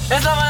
Selamat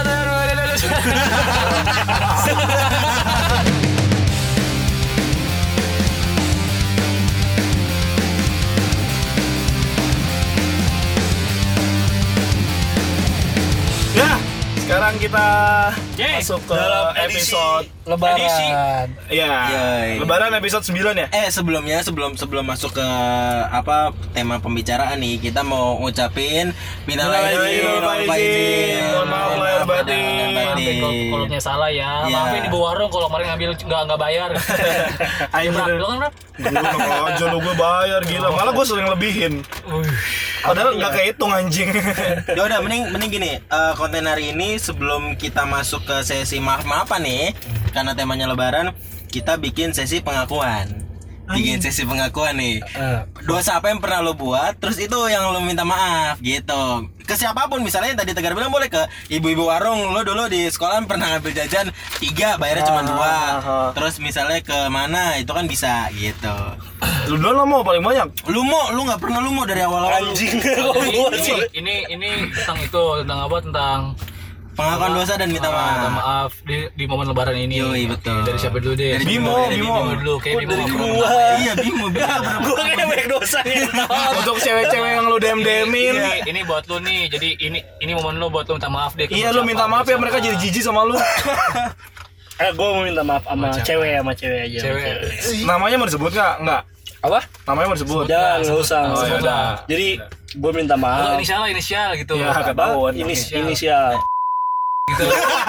Ya, sekarang kita masuk ke dalam episode Lebaran. Ya, Yoi. Lebaran episode 9 ya? Sebelumnya sebelum masuk ke tema pembicaraan nih, kita mau ngucapin minal aidin wal faizin. Mohon maaf lahir batin. kalau punya salah ya. Iya. Maafin di bawah warung kalau kemarin ngambil nggak bayar. Ayo Lu kan Rap? Gue aja lu gue bayar gila. Malah gue sering lebihin. Padahal nggak kehitung anjing. Ya udah, mending gini, konten hari ini sebelum kita masuk ke sesi maaf-maafan nih, karena temanya Lebaran, kita bikin sesi pengakuan. Bikin sesi pengakuan nih. Dosa apa yang pernah lo buat, terus itu yang lo minta maaf gitu. Ke siapapun, misalnya yang tadi Tegar bilang boleh ke ibu-ibu warung, lo dulu di sekolah pernah ngambil jajan 3, bayarnya cuma 2. Terus misalnya ke mana, itu kan bisa gitu. Lu dulu mau paling banyak. Lu nggak pernah dari awal-awal. Anjing. Ini tentang itu, tentang apa? Tentang Pengakuan dosa dan minta minta maaf. maaf di momen Lebaran ini. Yoi, betul. Dari siapa dulu deh? Dari Bimo dulu. Kayak Bimo. Dari gua. Iya, Bimo. Gue kayak banyak dosanya. Untuk cewek-cewek yang lu DM-DMin. Ini buat lu nih. Jadi ini momen lu buat lu minta maaf deh. Iya, lu minta maaf ya, mereka jadi jijik sama lu. Gue mau minta maaf sama cewek aja. Cewek. Namanya mau disebut nggak? Nggak. Apa? Namanya mau disebut. Jangan, nggak usah. Oh, ya udah. Jadi gue minta Oh, maaf. inisial gitu. Ya, Apa? ketahuan. Inisial. Gitu.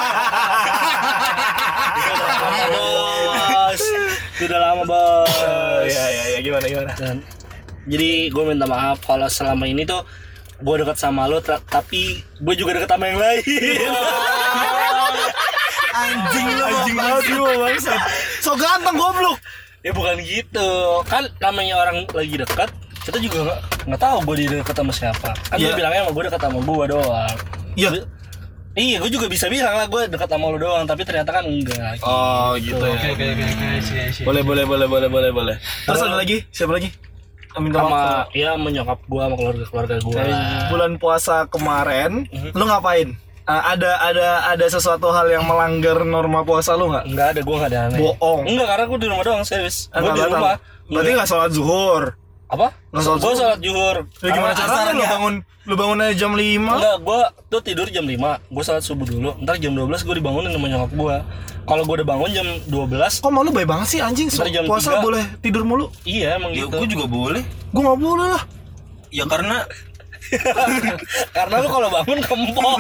Bos. Sudah lama bos. Ya, gimana? Dan, jadi gue minta maaf kalau selama ini tuh gue dekat sama lo, tapi gue juga dekat sama yang lain. Anjing banget lu bangsat. So ganteng goblok. Ya bukan gitu. Kan namanya orang lagi dekat, kita juga nggak tahu gue dekat sama siapa. Kan Iya. dia bilangnya sama gue dekat sama gue doang. Iya. Iya, gue juga bisa bilang lah gue dekat sama lu doang, tapi ternyata kan enggak. Oh, gitu ya. Oke. Boleh. Terus ada lagi? Siapa lagi? Minta maaf. Sama ya menyokap gue sama keluarga gue. Bulan puasa kemarin, lu ngapain? Ada sesuatu hal yang melanggar norma puasa lu nggak? Enggak ada, gue nggak ada aneh. Bohong. Enggak, karena gue di rumah doang, serius. Gue Nggak di batal. rumah. Berarti nggak sholat zuhur. Apa? Nggak sholat Gue zuhur. sholat zuhur. Ya, gimana caranya lu bangun aja jam 5? Enggak, gue tuh tidur jam 5. Gue sholat subuh dulu. Ntar jam 12 gue dibangunin sama nyokap gue. Kalau gue udah bangun jam 12, Kok malu baik banget sih anjing? Ntar jam Puasa 3. boleh tidur mulu? iya emang Ya, gitu. gue juga boleh. Gue nggak boleh lah. Ya karena Karena lu kalau bangun kempong.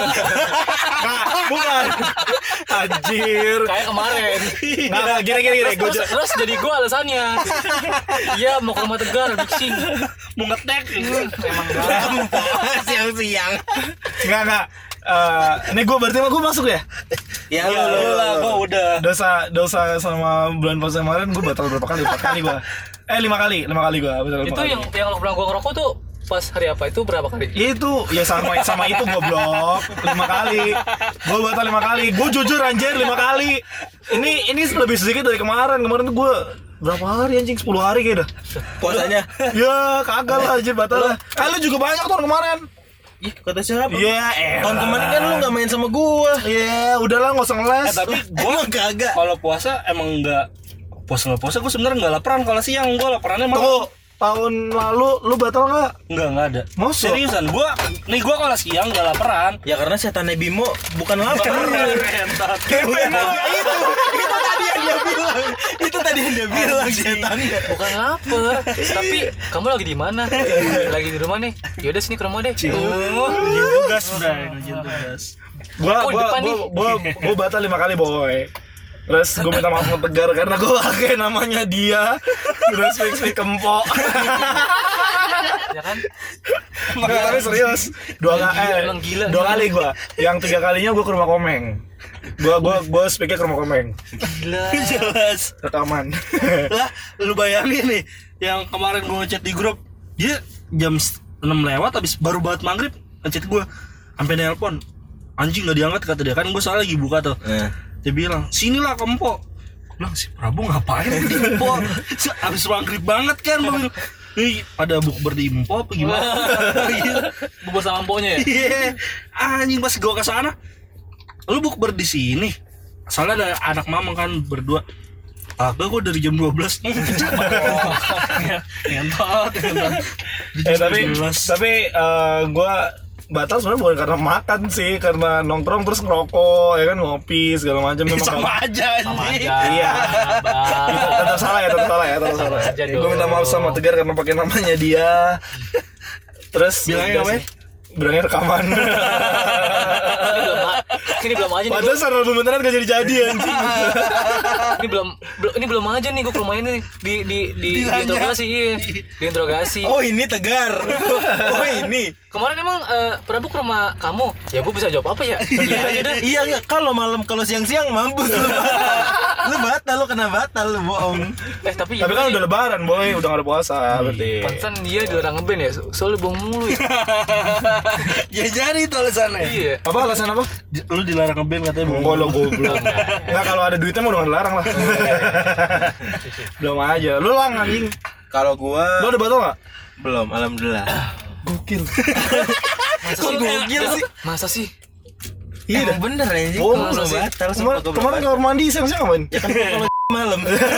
Bukan. Anjir. Kayak kemarin. Nggak, gini. Terus jadi gue alasannya. Iya mau ke rumah Tegar, fixing. Mau ngetek. Emang siang-siang. Nggak. Ini gue berarti gue masuk ya? Ya Ya lu lah, gue udah. Dosa sama bulan puasa kemarin gue batal berapa kali? 4 kali gue. 5 kali gue. itu yang lo pernah gue ngerokok tuh pas hari apa itu berapa kali? Itu ya sama itu goblok 5 kali. Gue batal 5 kali. Gue jujur anjir 5 kali. Ini lebih sedikit dari kemarin. Kemarin tuh gue berapa hari anjing? 10 hari kayaknya dah. puasanya. Ya kagak lah anjir batal lah. Lu juga banyak tahun kemarin. Ih, kata siapa? Iya, Tahun kemarin kan lu nggak main sama gua. Iya, udahlah nggak usah ngeles. Tapi Gua kagak. kalau puasa emang enggak puasa gue sebenarnya nggak laparan. Kalau siang gue laparannya malam. Tuh, tahun lalu lu batal nggak? Nggak ada. Masa? Seriusan, gue kalau siang nggak laparan. Ya karena setannya Bimo bukan lapar. Itu tadi yang dia bilang setannya. Bukan lapar, tapi kamu lagi di mana? Lagi di rumah nih. Yaudah sini ke rumah deh. Tugas, Bray. Tugas. Gua batal 5 kali boy. Terus gue minta maaf sama Tegar karena gue pakai namanya dia. Terus fix kempok. Ya kan? Tapi serius. Dua kali gue. Yang 3 kalinya gue ke rumah Komeng. Gue speaknya ke rumah Komeng. Gila. Jelas. Rekaman. Lah, lu bayangin nih, yang kemarin gue ngechat di grup, dia jam 6 lewat habis baru banget maghrib ngechat gue, sampai nelpon, anjing nggak diangkat kata dia, kan gue soalnya lagi buka tuh. Dia bilang, sinilah ke Empok. Gue bilang, si Prabu ngapain di Empok? Abis maghrib banget kan. Gue bilang, Nih ada bukber di Empo apa gimana? Bubur sama empoknya ya. Iya. Anjing pas gua ke sana. Lu bukber di sini. Soalnya ada anak mama kan berdua. Agak gua dari jam 12. Ngentot. Tapi gue batal sebenarnya bukan karena makan sih, karena nongkrong terus ngerokok ya kan, ngopi segala macam memang Sama aja Sama anjing. aja. Iya. Bang. tetap salah ya. Aja Gue dong. minta maaf sama Tegar karena pakai namanya dia. Terus Bilangnya udah apa? sih. Bilangnya rekaman. Ini belum aja nih. Padahal secara album beneran gak jadi anjing. Ini belum aja nih gue ke rumah ini di interogasi, iya. Di interogasi. Oh ini Tegar. Oh ini. Kemarin emang Prabu ke rumah kamu? Ya gue bisa jawab apa ya? Iya aja deh. Iya enggak, kalau malam kalau siang-siang mampus lu. Lu batal, lu kena batal, lu bohong. Tapi Tapi kan udah lebaran boy, udah gak ada puasa berarti. pantesan dia dilarang ngeband ya. Soalnya bohong mulu ya. Ya jadi itu alasannya. Iya. Apa alasan apa? Lu dilarang ngeband katanya bang. Enggak lo goblok. Enggak, kalau ada duitnya mah udah gak dilarang lah. Belum aja. Lu lang anjing. Kalau gua Lu udah batal enggak? belum, alhamdulillah. Gokil. Kok gokil sih? Masa sih? Iya dah. Emang bener anjing. Oh, Gua belum masa sih? batal, sumpah gua belum Kemarin batal. kamar mandi siang-siang ngapain? Kalau malam.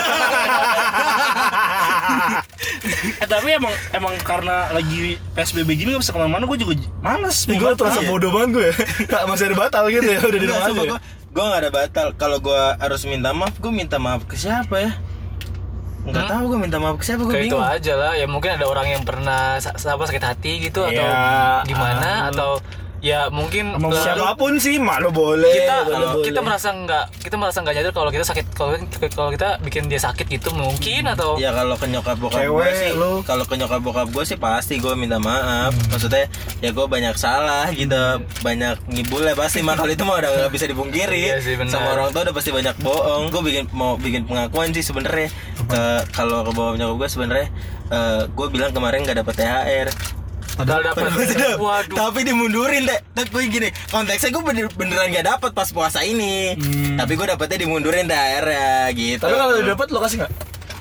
Tapi emang karena lagi PSBB gini gak bisa kemana-mana, gue juga malas. Gue terasa Iya. bodoh banget gue ya. Kak, masih ada batal gitu ya, udah di rumah Enggak, aja. sumpah gua gak ada batal. Kalau gua harus minta maaf, gua minta maaf ke siapa ya? Enggak tahu gua minta maaf ke siapa, gua Kayak itu bingung. aja lah. Ya mungkin ada orang yang pernah sakit hati gitu atau Ya, gimana atau ya mungkin Siapapun sih, mak lo boleh. kita merasa nggak nyadar kalau kita sakit, kalau kita bikin dia sakit gitu mungkin atau Ya kalau ke nyokap bokap Cewek, gue sih, lu. kalau ke nyokap bokap gue sih pasti gue minta maaf. Maksudnya ya gue banyak salah gitu, banyak ngibul ya pasti. Makal itu mah udah gak bisa dipungkiri. Iya sih, benar. Sama orang tua udah pasti banyak bohong. Gue mau bikin pengakuan sih sebenarnya. Kalau ke bawah nyokap gue sebenarnya, gue bilang kemarin nggak dapet THR. padahal dapat. Waduh. Tapi dimundurin deh. Tapi gue gini, konteksnya gue beneran gak dapet pas puasa ini. Tapi gue dapetnya dimundurin THR ya gitu. Tapi kalau udah dapat lo kasih enggak?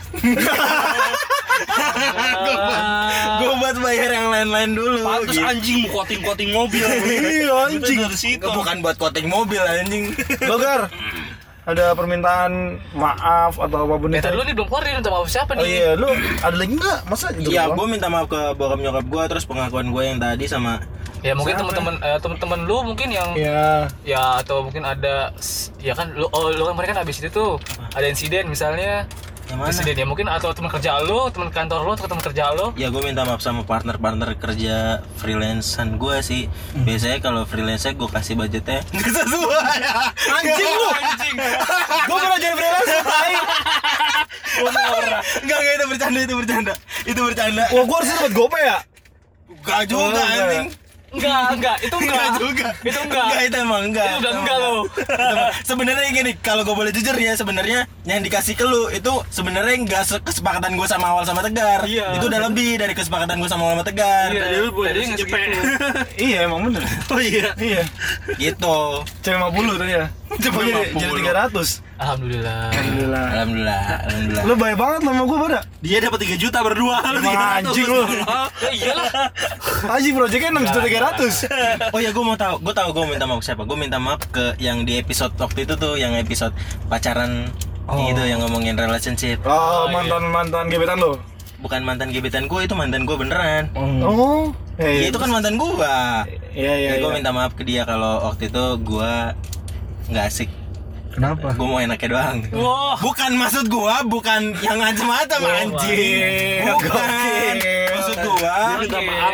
Gue buat bayar yang lain-lain dulu. Pantes gitu. anjing mau coating mobil. Iya, anjing. Dari situ. Bukan buat coating mobil anjing. Lo Gar, ada permintaan maaf atau apapun itu? Lu nih belum keluar, dia minta maaf siapa Oh nih? iya, lu ada lagi enggak? Masa gitu Iya, doang? gue minta maaf ke bokap nyokap gue, terus pengakuan gue yang tadi sama Ya mungkin siapa? teman-teman lu mungkin yang Iya. ya atau mungkin ada ya kan lu kan kemarin kan habis itu tuh ada insiden misalnya. Yang mana? Insiden ya mungkin atau teman kerja lu, teman kantor lu atau teman kerja lu. Ya gue minta maaf sama partner kerja freelancean gue sih. Biasanya kalau freelance gue kasih budgetnya nggak sesuai. Anjing lu. Gua pernah jadi freelance, tai. Enggak, itu bercanda. Wah, gua harusnya dapat GoPay ya? Enggak juga enggak. anjing. Enggak, itu enggak. juga. Itu enggak. Enggak, itu emang enggak. Itu udah Emang enggak lo. Sebenarnya gini, kalau gue boleh jujur ya, sebenarnya yang dikasih ke lu itu sebenarnya enggak kesepakatan gue sama awal sama Tegar. Iya. Itu udah lebih dari kesepakatan gue sama awal sama Tegar. Iya, Tadi lu boleh tadi ngasih ngasih cepet. gitu. Iya, emang bener. Oh iya. Iya. Gitu. Cewek 50 tadi ya. Coba jadi 300. Alhamdulillah. Alhamdulillah. Lu baik banget sama gua pada. Dia dapat 3 juta berdua. Lu Emang 300. anjing lu. Ya iyalah. Anjing projectnya 6.300.000. Oh ya, gue minta maaf ke siapa? Gue minta maaf ke yang di episode waktu itu tuh, yang episode pacaran itu yang ngomongin relationship. Oh, mantan gebetan lo. Bukan mantan gebetan gue, itu mantan gue beneran. Oh. Ya, itu kan mantan gue. Iya. Gue minta maaf ke dia kalau waktu itu gue nggak asik. Kenapa? Gue mau enaknya doang. Wah. Bukan maksud gue, bukan yang macam-macam anjing. Bukan. Gokil. Maksud gue. Minta maaf.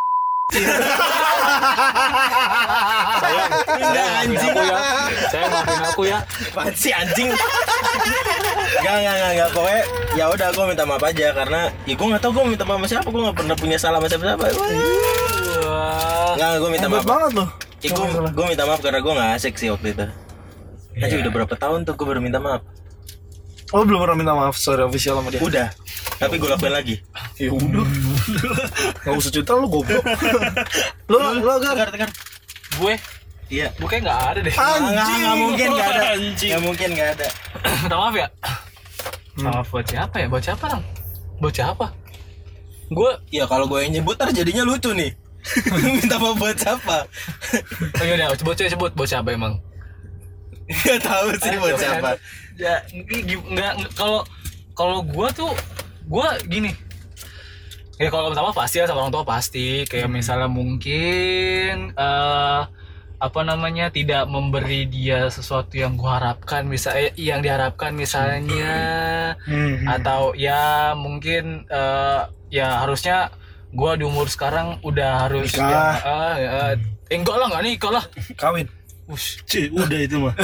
Enggak anjing. Saya maafin aku ya. Apaan sih anjing? Enggak. Pokoknya ya udah, gue minta maaf aja karena ya gue nggak tahu gue minta maaf sama siapa. Gue nggak pernah punya salah sama siapa. Wah. Enggak, gue minta Hebat maaf. banget loh. Gue minta maaf karena gue nggak asik sih waktu itu. Anjing, udah berapa tahun tuh gue baru minta maaf. Oh, belum pernah minta maaf secara official sama dia. Udah. Tapi gue lakuin lagi. Ya udah. Enggak usah cerita lu goblok. Lu Gar. Tegar. Gue Iya. kayak nggak ada deh. Nggak mungkin nggak ada. Anjing. Nggak mungkin nggak ada. Minta maaf ya. Maaf buat siapa ya? Buat siapa dong? Buat siapa? gue Ya kalau gue yang nyebut ntar jadinya lucu nih. Minta maaf buat siapa? oh yaudah sebut siapa emang? Gak tahu sih buat siapa. Ya nggak kalau gue tuh gue gini. Ya kalau sama pasti ya sama orang tua pasti kayak misalnya mungkin apa namanya tidak memberi dia sesuatu yang gua harapkan misalnya yang diharapkan misalnya atau ya mungkin ya harusnya gua di umur sekarang udah harus Nikah. enggak lah Kawin. Udah itu mah.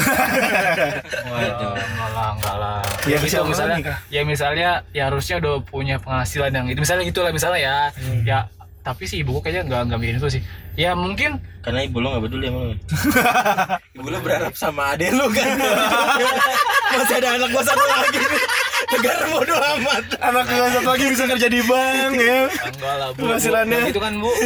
enggak lah Ya, gitu, bisa misalnya nikah. ya misalnya ya harusnya udah punya penghasilan yang itu misalnya gitulah misalnya ya ya tapi sih ibu gua kayaknya nggak mikirin itu sih ya mungkin Karena ibu lo gak peduli sama lo. Ibu lo berharap sama adek lo kan. Masih ada anak gua satu lagi nih. Negara bodo amat. Anak gue satu lagi bisa kerja di bank ya. enggak lah bu Penghasilannya. gitu kan bu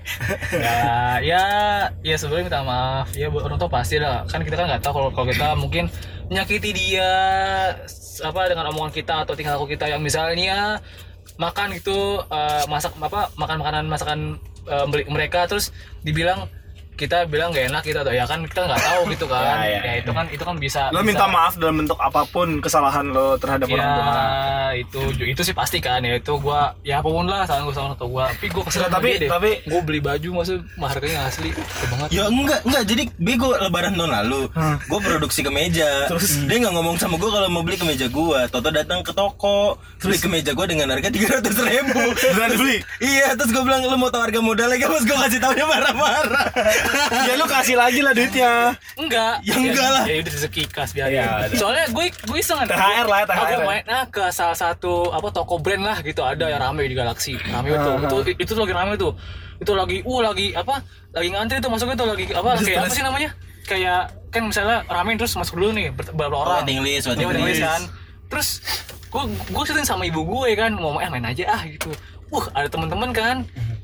ya sebelumnya minta maaf ya bu orang tua pasti lah kan kita kan nggak tahu kalau kita mungkin menyakiti dia apa dengan omongan kita atau tingkah laku kita yang misalnya makan gitu makan makanan masakan mereka terus dibilang kita bilang gak enak gitu atau ya kan kita nggak tahu gitu kan Ya. itu kan bisa Lo minta maaf dalam bentuk apapun kesalahan lo terhadap orang tua. ya itu sih pasti kan ya itu gua ya apapun lah salah gua sama gua tapi gua kesel Tapi gua beli baju maksud harganya asli gede banget Ya enggak jadi bego lebaran tahun lalu gue produksi kemeja. Terus dia nggak ngomong sama gue kalau mau beli kemeja gue. Toto datang ke toko beli kemeja gue dengan harga 300.000. Beneran dibeli? Iya terus gue bilang lu mau tahu harga modalnya kan? Pas gue kasih tahu dia marah-marah. Ya lo kasih lagi lah duitnya. enggak Ya enggak lah. ya udah rezeki kas biar Ya, soalnya gue iseng kan THR lah, THR. aku main ke salah satu toko brand lah gitu ada yang rame di Galaxy rame itu lagi rame tuh itu lagi lagi ngantri tuh masuknya tuh lagi kayak apa sih namanya kayak kan misalnya rame terus masuk dulu nih beberapa orang Waiting list kan terus gue syuting sama ibu gue kan mau main aja gitu ada teman-teman kan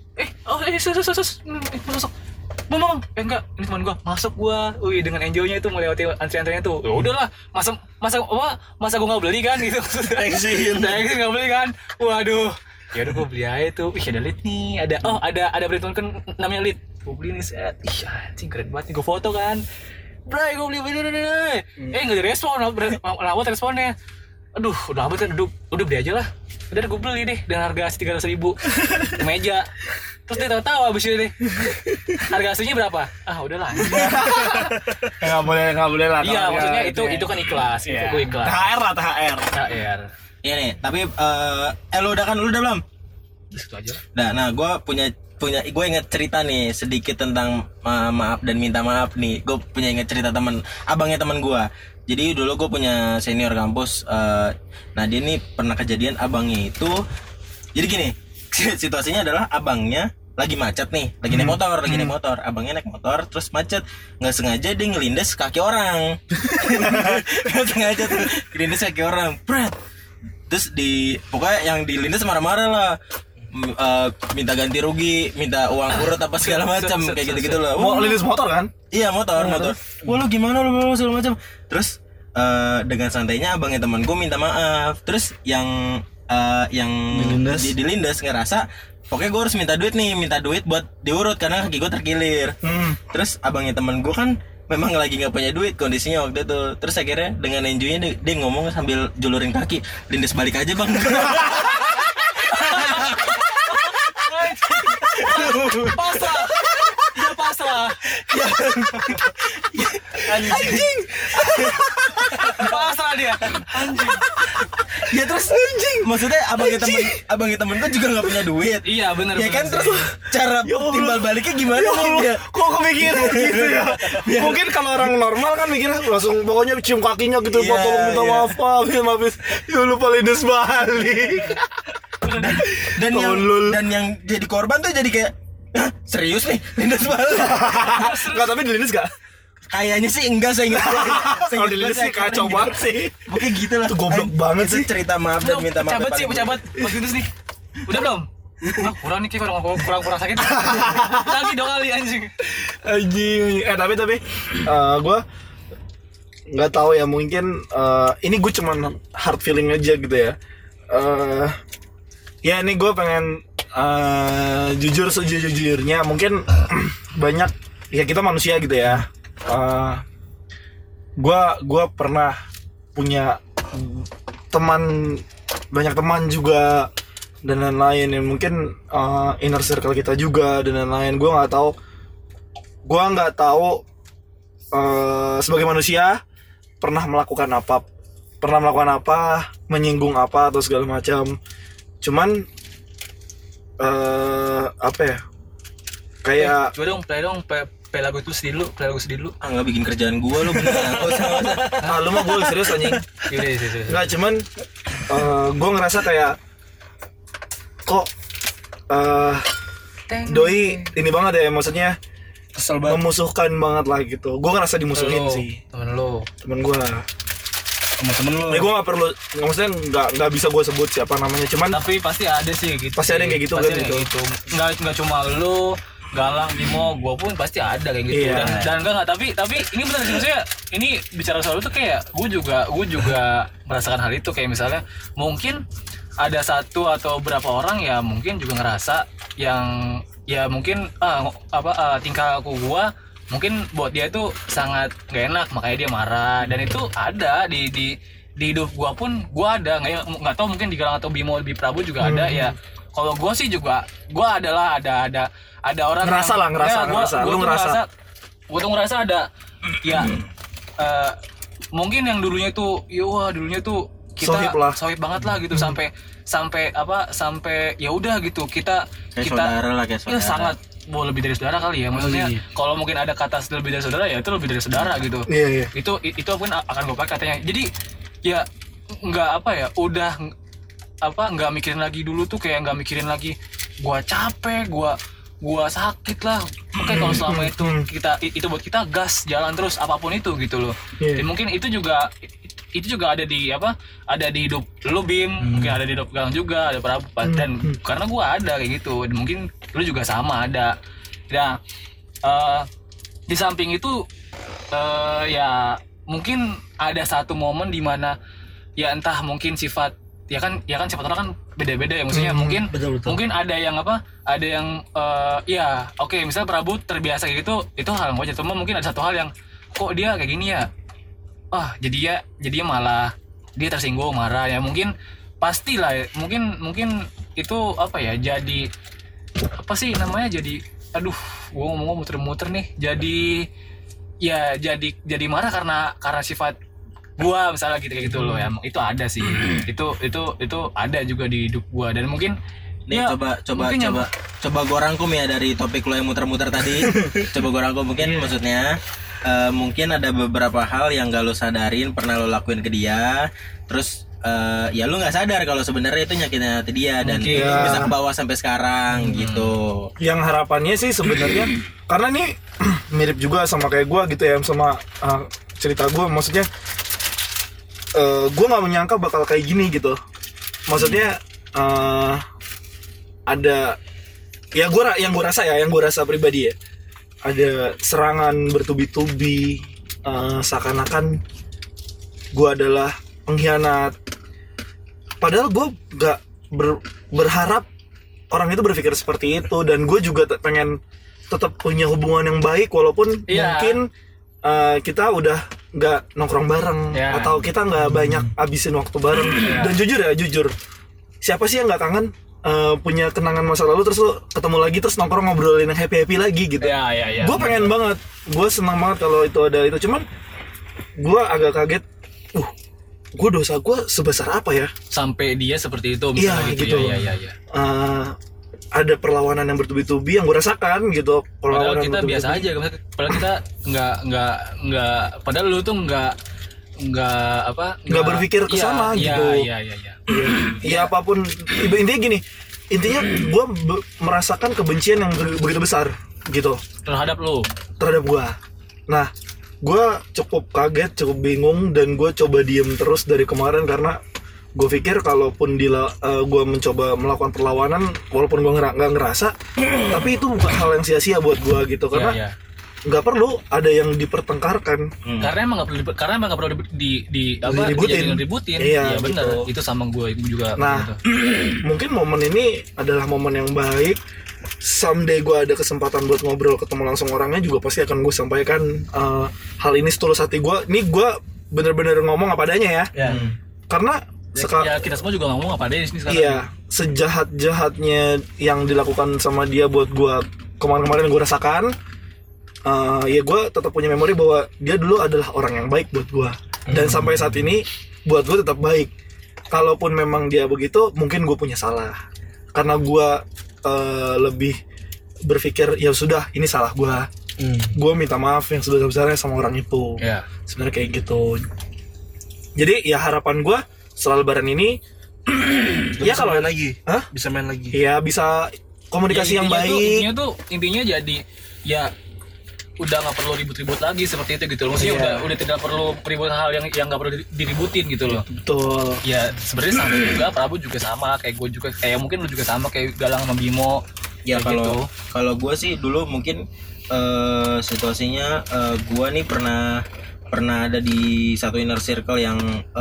masuk Bang, enggak, ini teman gua masuk gua, dengan enjoynya itu melewati antrian-antriannya tuh. Ya udahlah, masa gua nggak beli kan gitu. Thanks nggak beli kan. Waduh, ya udah gua beli aja tuh. Ada lead nih, ada brand kan namanya lead. Gua beli nih set, anjing keren banget nih gua foto kan. Bray, gua beli. Nggak direspon, lawat responnya. Aduh, udah abis kan, udah beli aja lah. Udah gua beli deh dengan harga 300.000 kemeja. Terus dia tahu abis itu deh harga aslinya berapa? Udahlah. Nggak boleh lah. Iya maksudnya itu kan ikhlas. Itu gue ikhlas. THR. Iya nih tapi lu udah belum? Itu aja. Nah gue punya gue inget cerita nih sedikit tentang maaf dan minta maaf nih. Gue punya inget cerita abangnya teman gue. Jadi dulu gue punya senior kampus. Nah dia nih pernah kejadian abangnya itu. Jadi gini situasinya adalah abangnya lagi macet nih, lagi naik motor, abangnya naik motor terus macet, nggak sengaja dia ngelindes kaki orang, nggak sengaja tuh ngelindes kaki orang, Pret. Terus pokoknya yang dilindes marah-marah lah, minta ganti rugi, minta uang urut apa segala macam kayak gitu lah. Mau lindes motor kan? Iya motor. Wah lu gimana lu segala macam. Terus dengan santainya abangnya teman gue minta maaf, terus yang dilindas ngerasa pokoknya gue harus minta duit buat diurut karena kaki gue terkilir. Terus abangnya temen gue kan memang lagi nggak punya duit kondisinya waktu itu. Terus akhirnya dengan enjoynya dia ngomong sambil julurin kaki, lindas balik aja bang. Pasrah. Anjing. Pasrah dia. Anjing. Ya terus maksudnya abangnya temen gue juga nggak punya duit. Iya benar. Ya kan terus cara timbal baliknya gimana nih dia? Kok kepikiran gitu ya? Mungkin kalau orang normal kan mikirnya langsung pokoknya cium kakinya gitu, Iya, tolong minta maaf maaf. Ya lupa lindes balik. Dan yang jadi korban tuh jadi kayak serius nih lindas balik. Enggak, tapi dilindes gak? Kayaknya sih enggak saya ingat. Kalau dilindes sih kacau banget sih. Pokoknya gitu lah. Itu goblok banget sih. Cerita maaf dan minta maaf. Pecabat pas lindes nih. Udah belum? Kurang nih kurang sakit. Lagi 2 kali anjing. Tapi gue nggak tahu ya, mungkin ini gue cuman hard feeling aja gitu ya. Ya ini gue pengen jujur sejujurnya mungkin banyak ya, kita manusia gitu ya. Gua pernah punya banyak teman juga dan lain-lain, yang mungkin inner circle kita juga dan lain-lain. Gua nggak tahu sebagai manusia pernah melakukan apa, menyinggung apa atau segala macam. Cuman apa ya, kayak coba dong play lagu itu sedih dulu. Nggak bikin kerjaan gua lo bener. Nggak usah. lu mah gue serius anjing. Nggak, cuman gue ngerasa kayak kok doi ini banget ya, maksudnya Kesel banget. memusuhkan banget lah gitu. Gue ngerasa dimusuhin sih. Temen gue. Temen-temen lo. Gue nggak perlu, maksudnya nggak bisa gue sebut siapa namanya, cuman Tapi pasti ada sih gitu. Pasti ada yang kayak gitu Pasti kan, ada yang gitu. Nggak cuma lu, Galang, Bimo, gue pun pasti ada kayak gitu. Iya. Dan enggak, tapi ini benar sih, maksudnya ini bicara soal itu kayak gue juga merasakan hal itu. Kayak misalnya mungkin ada satu atau berapa orang ya mungkin juga ngerasa yang ya mungkin tingkah laku gue mungkin buat dia itu sangat gak enak, makanya dia marah. Dan itu ada di hidup gue pun, gue ada nggak tahu mungkin di Galang atau Bimo, di Prabu juga ada ya. Kalau gue sih juga, gue adalah ada orang Ngerasa yang, lah, ngerasa. Gue Lu ngerasa. tuh ngerasa ada ya mungkin yang dulunya tuh kita sohib banget lah gitu, sampai ya udah gitu kita saudara lah, kayak ya saudara. sangat lebih dari saudara kali ya, maksudnya kalau mungkin ada kata lebih dari saudara ya itu lebih dari saudara gitu. Iya. Itu pun akan gue pakai katanya. Jadi ya udah nggak mikirin lagi dulu tuh, kayak nggak mikirin lagi gua capek, gua sakit lah. Oke, kalau selama itu buat kita gas jalan terus apapun itu gitu loh. Dan mungkin itu juga ada di hidup lu, Bim, mungkin ada di hidup Galang juga, ada Prabu, dan karena gua ada kayak gitu, dan mungkin lu juga sama ada. Nah, di samping itu ya mungkin ada satu momen di mana ya entah mungkin sifat ya kan sifat orang kan beda-beda ya, maksudnya mungkin betul. mungkin ada yang ya oke, misalnya Prabu terbiasa kayak gitu, itu hal yang wajar. Cuma mungkin ada satu hal yang kok dia kayak gini ya, jadinya malah dia tersinggung, marah ya, mungkin pastilah mungkin itu jadi apa sih namanya, jadi gua ngomong muter-muter nih, jadi marah karena sifat gua misalnya gitu kayak gitu loh ya. Itu ada sih. Itu ada juga di hidup gua, dan mungkin nih ya, coba gua rangkum ya dari topik lo yang muter-muter tadi. Coba gua rangkum, mungkin maksudnya mungkin ada beberapa hal yang gak lo sadarin pernah lo lakuin ke dia, terus ya lu nggak sadar kalau sebenarnya itu nyakitin hati dia, dan bisa kebawa sampai sekarang gitu. Yang harapannya sih sebenarnya karena nih mirip juga sama kayak gue gitu ya, sama cerita gue, maksudnya gue nggak menyangka bakal kayak gini gitu. Maksudnya ada ya yang gue rasa pribadi ya, ada serangan bertubi-tubi, seakan-akan gue adalah pengkhianat. Padahal gue gak berharap orang itu berpikir seperti itu, dan gue juga pengen tetap punya hubungan yang baik walaupun mungkin kita udah gak nongkrong bareng atau kita gak banyak habisin waktu bareng. Dan jujur siapa sih yang gak kangen punya kenangan masa lalu terus lo ketemu lagi terus nongkrong ngobrolin yang happy lah gitu. Gue pengen banget, gue senang banget kalau itu ada itu. Cuman gue agak kaget, gue dosa gue sebesar apa ya sampai dia seperti itu misalnya gitu. Iya. Ada perlawanan yang bertubi-tubi yang gue rasakan gitu. Padahal kita biasa aja, padahal kita nggak padahal lu tuh nggak berpikir ke sana gitu. Iya. Ya apapun, intinya gini, gue merasakan kebencian yang begitu besar gitu terhadap gue. Nah, gue cukup kaget, cukup bingung, dan gue coba diem terus dari kemarin karena gue pikir kalaupun gue mencoba melakukan perlawanan walaupun gue nggak ngerasa tapi itu bukan hal yang sia-sia buat gue gitu, karena nggak perlu ada yang dipertengkarkan. Karena emang nggak perlu diributin. Iya, Iya benar. gitu. Itu sama gue juga. Nah, gitu. mungkin momen ini adalah momen yang baik. Someday gue ada kesempatan buat ngobrol, ketemu langsung orangnya juga pasti akan gue sampaikan hal ini setulus hati gue. Ini gue bener-bener ngomong apa adanya ya. Karena Ya kita semua juga ngomong apa adanya di sini sekarang. iya, sejahat-jahatnya yang dilakukan sama dia buat gue kemarin-kemarin gue rasakan. Ya gue tetap punya memori bahwa dia dulu adalah orang yang baik buat gue, dan sampai saat ini buat gue tetap baik. Kalaupun memang dia begitu, mungkin gue punya salah karena gue lebih berpikir ya sudah ini salah gue. Gue minta maaf yang sebesar-besarnya sama orang itu. Sebenarnya kayak gitu. Jadi ya harapan gue setelah lebaran ini ya kalau main lagi, Hah? bisa main lagi. ya bisa komunikasi Ya, yang baik. Intinya jadi ya udah nggak perlu ribut-ribut lagi seperti itu gitu loh. Maksudnya udah tidak perlu ribut hal yang nggak perlu diributin gitu loh. Betul. Ya sebenarnya sama juga, Prabu juga sama, kayak gue juga, kayak mungkin lu juga sama kayak Galang sama Bimo. Ya kayak kalau gue sih dulu mungkin situasinya gue nih pernah ada di satu inner circle yang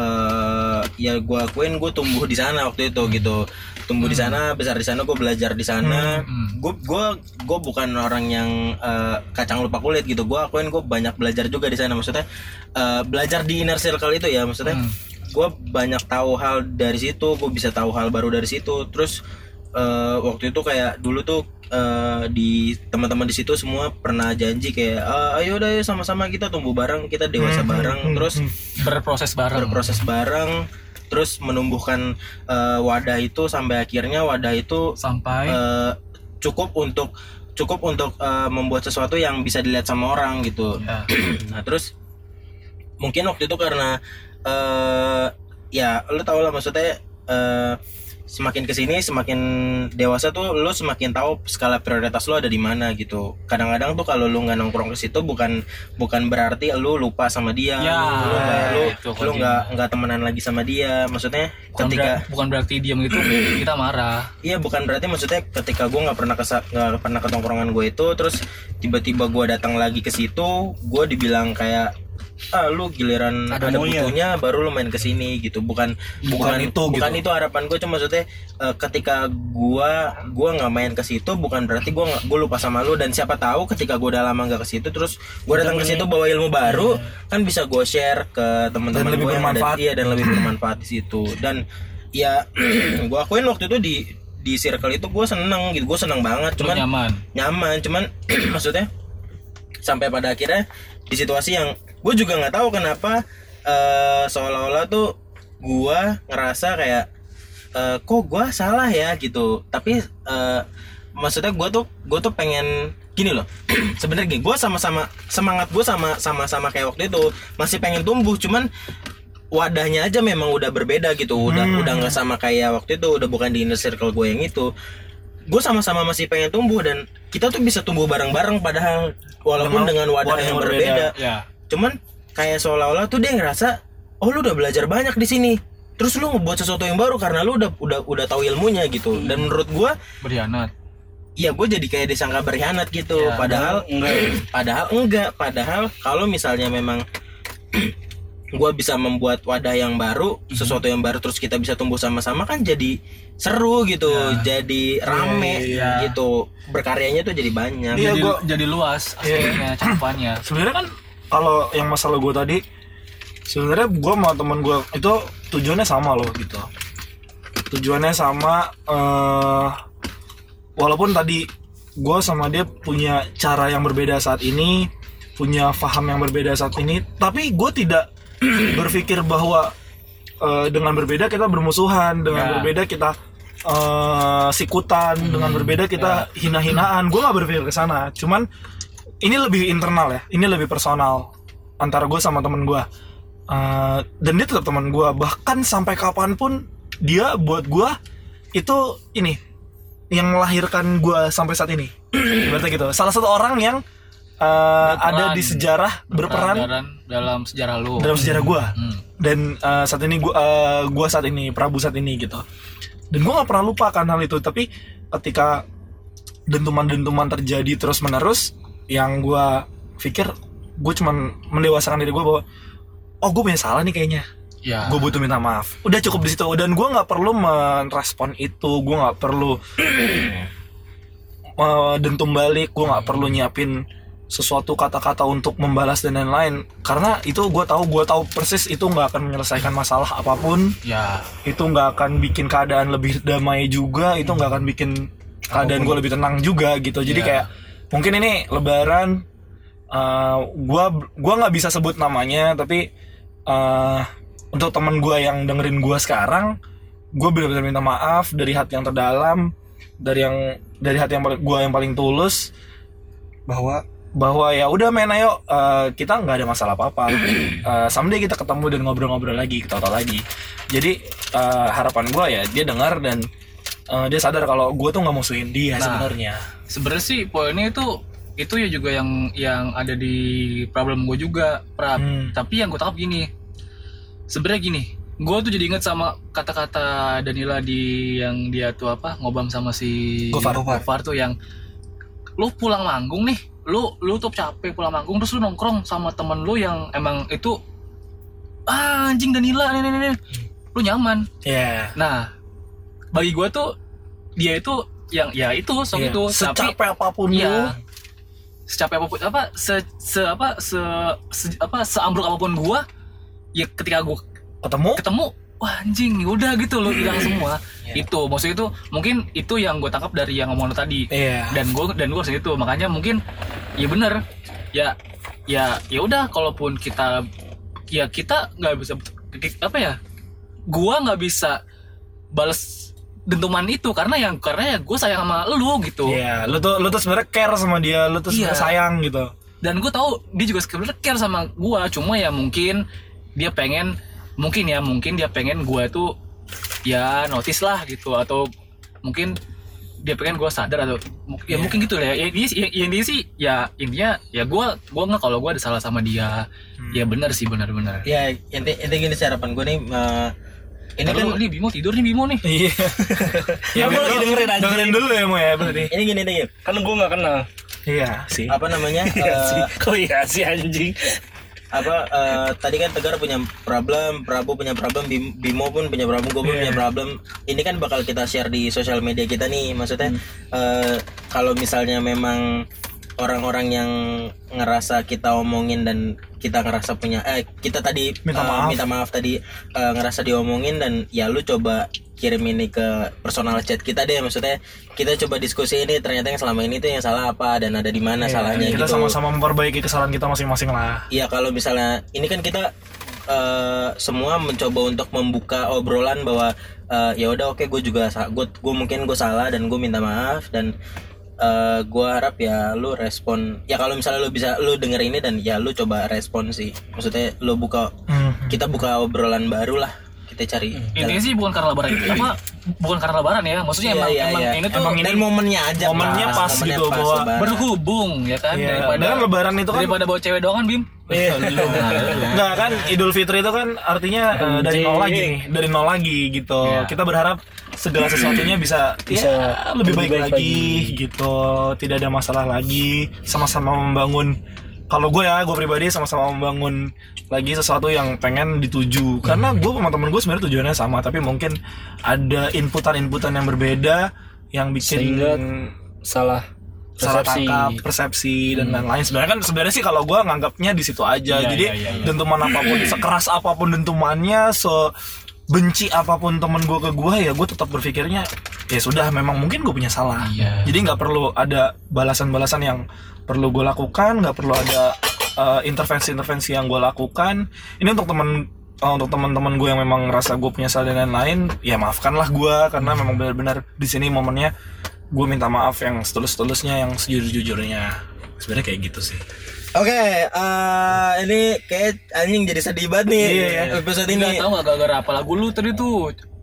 ya gue akuin gue tumbuh di sana waktu itu gitu, tumbuh di sana, besar di sana, gue belajar di sana. Gue bukan orang yang kacang lupa kulit gitu, gue akuin gue banyak belajar juga di sana, maksudnya belajar di inner circle itu ya, maksudnya gue banyak tahu hal dari situ, gue bisa tahu hal baru dari situ. Terus waktu itu kayak dulu tuh di teman-teman di situ semua pernah janji kayak ayo udah sama-sama kita tumbuh bareng, kita dewasa bareng, terus berproses bareng, terus menumbuhkan wadah itu sampai akhirnya wadah itu sampai cukup untuk membuat sesuatu yang bisa dilihat sama orang gitu. Nah terus mungkin waktu itu karena ya lo tau lah, maksudnya semakin kesini semakin dewasa tuh lo semakin tahu skala prioritas lo ada di mana gitu. Kadang-kadang tuh kalau lo nggak nongkrong ke situ bukan berarti lo lupa sama dia, lo nggak temenan lagi sama dia. Maksudnya bukan berarti diam gitu kita marah. Iya, bukan berarti, maksudnya ketika gue nggak pernah ke tongkrongan gue itu, terus tiba-tiba gue datang lagi ke situ, gue dibilang kayak lu giliran ada butuhnya baru lu main kesini gitu. Bukan itu harapan gue, cuma maksudnya ketika gua nggak main ke situ bukan berarti gue lupa sama lu. Dan siapa tahu ketika gue udah lama nggak ke situ terus gue datang ke situ bawa ilmu baru, kan bisa gue share ke teman-teman gue yang ada, dan lebih bermanfaat di situ. Dan ya gue akuin waktu itu di circle itu gue seneng gitu, gue seneng banget, cuman nyaman cuman maksudnya sampai pada akhirnya di situasi yang gue juga nggak tahu kenapa seolah-olah tuh gue ngerasa kayak kok gue salah ya gitu. Tapi maksudnya gue tuh pengen gini loh. Sebenarnya gini, gue sama-sama semangat, gue sama kayak waktu itu masih pengen tumbuh, cuman wadahnya aja memang udah berbeda gitu. Udah nggak sama kayak waktu itu, udah bukan di inner circle gue yang itu. Gue sama-sama masih pengen tumbuh dan kita tuh bisa tumbuh bareng-bareng padahal walaupun dengan wadah yang berbeda. Cuman kayak seolah-olah tuh dia ngerasa, oh lu udah belajar banyak di sini, terus lu ngebuat sesuatu yang baru karena lu udah tahu ilmunya gitu. Dan menurut gue berkhianat. Iya, gue jadi kayak disangka berkhianat gitu. Padahal enggak. Padahal kalau misalnya memang gue bisa membuat wadah yang baru, sesuatu yang baru, terus kita bisa tumbuh sama-sama, kan jadi seru gitu, jadi rame gitu, berkaryanya tuh jadi banyak, jadi luas aspeknya, cakupannya. Sebenarnya kan kalau yang masalah gue tadi, sebenarnya gue sama temen gue itu tujuannya sama loh gitu. Tujuannya sama, walaupun tadi gue sama dia punya cara yang berbeda saat ini, punya paham yang berbeda saat ini, tapi gue tidak berpikir bahwa dengan berbeda kita bermusuhan, dengan berbeda kita sikutan, dengan berbeda kita hina-hinaan. Gue nggak berpikir ke sana. Cuman ini lebih internal ya, ini lebih personal antara gue sama temen gue. Dan dia tetap teman gue, bahkan sampai kapanpun dia buat gue itu ini yang melahirkan gue sampai saat ini. Berarti gitu. Salah satu orang yang ada di sejarah, berperan dalam sejarah lu, dalam sejarah gue. Dan saat ini gue saat ini Prabu saat ini gitu. Dan gue nggak pernah lupa akan hal itu. Tapi ketika dentuman-dentuman terjadi terus menerus, yang gue pikir gue cuman mendewasakan diri gue bahwa oh gue punya salah nih kayaknya. Ya. Gue butuh minta maaf. Udah cukup di situ. Dan gue nggak perlu merespon itu. Gue nggak perlu dentum balik. Gue nggak perlu nyiapin sesuatu kata-kata untuk membalas dan lain-lain. Karena itu gue tahu persis itu nggak akan menyelesaikan masalah apapun. Ya. Itu nggak akan bikin keadaan lebih damai juga. Itu nggak akan bikin keadaan gue lebih tenang juga gitu. Jadi kayak mungkin ini Lebaran. Gue nggak bisa sebut namanya, tapi untuk teman gue yang dengerin gue sekarang, gue benar-benar minta maaf dari hati yang terdalam, dari hati yang gue yang paling tulus, bahwa ya udah men, ayo kita nggak ada masalah apa-apa. Someday kita ketemu dan ngobrol-ngobrol lagi, ketawa lagi. Jadi harapan gue ya dia dengar dan dia sadar kalau gue tuh nggak musuhin dia sebenarnya. Sebenarnya sih poinnya itu ya juga yang ada di problem gue juga, Prap. Tapi yang gue tangkap gini. Sebenarnya gini, gue tuh jadi inget sama kata-kata Danila yang dia tuh ngobam sama si Gofar tuh yang lu pulang manggung nih, lu tuh capek pulang manggung terus lu nongkrong sama temen lu yang emang itu anjing Danila nih, lu nyaman. Nah, bagi gue tuh dia itu yang ya itu itu secapek apapun secapek apapun seambruk apapun gua, ya ketika gua ketemu wah anjing udah gitu loh, hilang semua. Itu maksudnya itu mungkin itu yang gue tangkap dari yang ngomong tadi. Dan gue harus itu, makanya mungkin ya bener ya udah, kalaupun kita nggak bisa gua nggak bisa balas dentuman itu karena ya gue sayang sama lu gitu. Lu tuh sebenarnya care sama dia, lu tuh sebenarnya sayang gitu. Dan gue tahu dia juga sebenarnya care sama gue, cuma ya mungkin dia pengen gue tuh ya notice lah gitu, atau mungkin dia pengen gue sadar, atau ya mungkin gitu lah ya. Dia sih ya intinya ya gue nggak kalau gue ada salah sama dia. Ya benar sih, benar. Ya intinya gini sih, harapan gue nih ini kan ini Bimo tidur nih Bimo nih. Iya. Ya gue lagi dengerin dulu ya Mo ya berarti. Ini gini deh, kan gue nggak kenal. Iya sih. Apa namanya? Kok iya sih anjing. Tadi kan Tegar punya problem, Prabu punya problem, Bimo pun punya problem, gue pun punya problem. Ini kan bakal kita share di sosial media kita nih. Maksudnya kalau misalnya memang orang-orang yang ngerasa kita omongin dan kita ngerasa punya kita tadi minta maaf tadi ngerasa diomongin, dan ya lu coba kirim ini ke personal chat kita deh. Maksudnya kita coba diskusi ini, ternyata yang selama ini tuh yang salah apa dan ada di mana salahnya kita gitu. Kita sama-sama memperbaiki kesalahan kita masing-masing lah. Iya, kalau misalnya ini kan kita semua mencoba untuk membuka obrolan bahwa ya udah oke, gue mungkin gue salah dan gue minta maaf, dan gue harap ya lu respon. Ya kalau misalnya lu denger ini dan ya lu coba respon sih. Maksudnya lu kita buka obrolan baru lah. Kita cari. Intinya sih bukan karena lebaran bukan karena lebaran ya. Maksudnya emang ini tuh dan momennya aja. Momennya pas gitu bahwa berhubung ya kan, daripada lebaran itu kan daripada bawa cewek doang kan Bim. Enggak kan, Idul Fitri itu kan artinya dari nol lagi gitu. Kita berharap segala sesuatunya bisa lebih baik lagi gitu. Tidak ada masalah lagi, sama-sama membangun. Kalau gue pribadi sama-sama membangun lagi sesuatu yang pengen dituju. Karena gue sama temen gue sebenarnya tujuannya sama, tapi mungkin ada inputan yang berbeda yang bikin sehingga salah tangkap, persepsi dan lain-lain. Sebenarnya sih kalau gue nganggapnya di situ aja. Jadi dentuman apapun, sekeras apapun dentumannya, benci apapun temen gue ke gue, ya gue tetap berpikirnya ya sudah, memang mungkin gue punya salah. Jadi nggak perlu ada balasan-balasan yang perlu gue lakukan, nggak perlu ada intervensi yang gue lakukan. Ini untuk teman-teman gue yang memang ngerasa gue punya salah dan lain-lain, ya maafkanlah gue, karena memang benar-benar di sini momennya gue minta maaf yang setulus-tulusnya, yang sejujur-jujurnya. Sebenarnya kayak gitu sih. Oke, ini kayak anjing jadi sedih banget nih episode ini. Tahu nggak gara-gara apa lagu lu tadi tuh?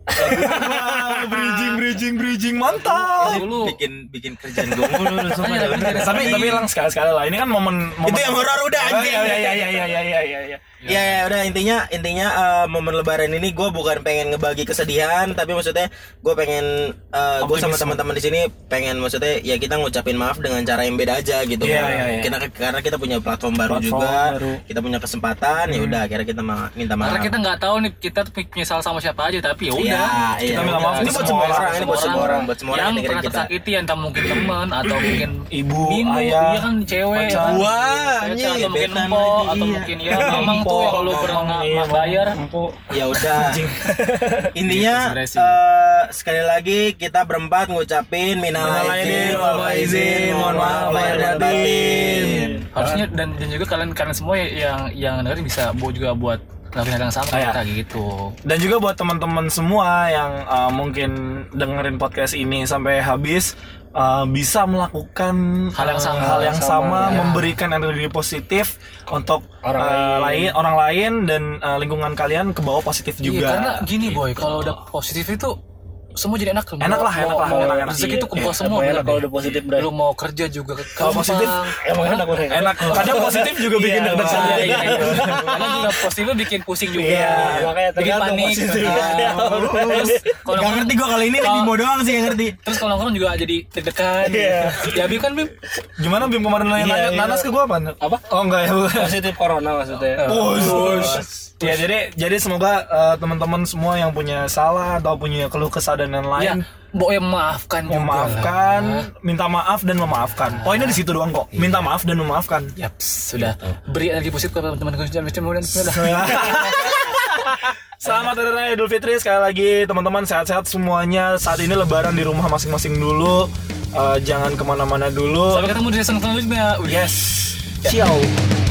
Bridging mantap. Dulu bikin kerjaan gue mulu sumpah. Tapi lang sekali lah. Ini kan momen Itu yang horor udah anjing. Iya. Ya udah intinya momen lebaran ini gue bukan pengen ngebagi kesedihan, tapi maksudnya gue pengen gue sama teman-teman di sini pengen maksudnya ya kita ngucapin maaf dengan cara yang beda aja gitu. Iya. Karena kita punya platform baru juga, kita punya kesempatan ya udah akhirnya kita minta maaf. karena kita nggak tahu nih kita tuh menyesal sama siapa aja, tapi ya udah. Kita minta maaf ini ke buat semua semua orang, orang, ini buat semua orang yang yang dengerin pernah kita. tersakiti, entah mungkin teman atau mungkin Ibu, Bimo, ayah, iya kan cewek, pacar. kan? Wah, Pacar, anjing, atau mungkin betan empok, lagi, atau iya. mungkin ya mamang tuh yang lu pernah nggak bayar. Ya udah. Intinya Sebenarnya sih. sekali lagi kita berempat ngucapin minal aidin wal faizin, mohon maaf lahir dan batin. Harusnya dan juga kalian semua yang dengerin bisa juga buat ngelakuin hal yang sama kayak kita gitu. Dan juga buat teman-teman semua yang mungkin dengerin podcast ini sampai habis, bisa melakukan Hal yang sama, ya. memberikan energi positif untuk orang lain dan lingkungan kalian ke bawah positif Iya, juga. karena gini boy, kalau udah positif itu semua jadi enak. Enak lah. Rezeki itu kumpul semua. enak kalau udah positif, Bray. Lu mau kerja juga Kalau positif Emang enak udah. enak. Kadang positif juga bikin Iya, deg-degan. Karena juga positif bikin pusing juga. Iya, makanya bikin tergantung panik. positif. Terus kalau Gak ngerti gue kali ini lagi mau doang sih gak ngerti. Terus kalau nongkrong juga jadi deg-degan. Iya. Ya Bim kan Bim. Gimana Bim kemarin nanya nanas ke gua apa? Apa? Oh enggak ya. Positif corona maksudnya. Ya jadi semoga teman-teman semua yang punya salah atau punya keluh kesah dan Ya, lain-lain memaafkan juga. memaafkan, minta maaf dan memaafkan. Poinnya di situ doang kok. Minta maaf dan memaafkan. Yaps, sudah. Beri energi positif ke teman-teman dan sudah. Selamat Hari Raya Idul Fitri sekali lagi teman-teman, sehat-sehat semuanya. Saat ini lebaran di rumah masing-masing dulu. Jangan kemana-mana dulu. Sampai ketemu di season selanjutnya. Yes. Ciao.